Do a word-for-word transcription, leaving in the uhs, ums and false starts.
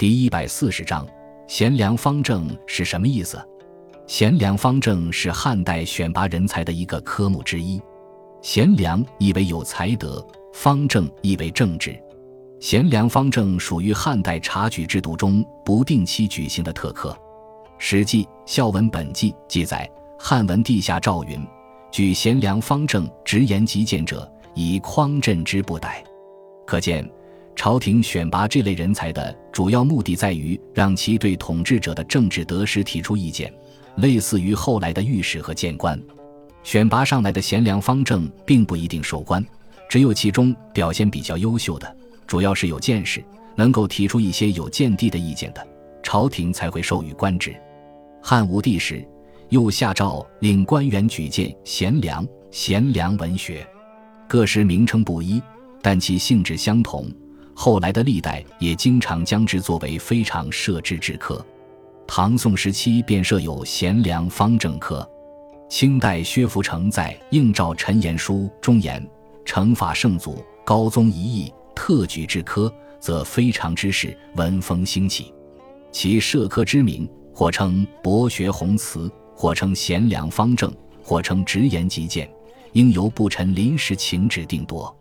第一百四十章，贤良方正是什么意思？贤良方正是汉代选拔人才的一个科目之一。贤良意为有才德，方正意为正直。贤良方正属于汉代察举制度中不定期举行的特科。史记·孝文本纪记载，汉文帝下诏云：举贤良方正直言极谏者，以匡震之不逮。可见朝廷选拔这类人才的主要目的在于让其对统治者的政治得失提出意见，类似于后来的御史和谏官。选拔上来的贤良方正并不一定授官，只有其中表现比较优秀的，主要是有见识，能够提出一些有见地的意见的，朝廷才会授予官职。汉武帝时，又下诏令官员举荐贤良、贤良文学，各时名称不一，但其性质相同。后来的历代也经常将之作为非常设置之科。唐宋时期便设有贤良方正科。清代薛福成在《应召陈言书》中言，惩罚圣祖高宗一役特举之科，则非常之事闻风兴起。其设科之名，或称博学宏词，或称贤良方正，或称直言极谏，应由不臣临时请旨定夺。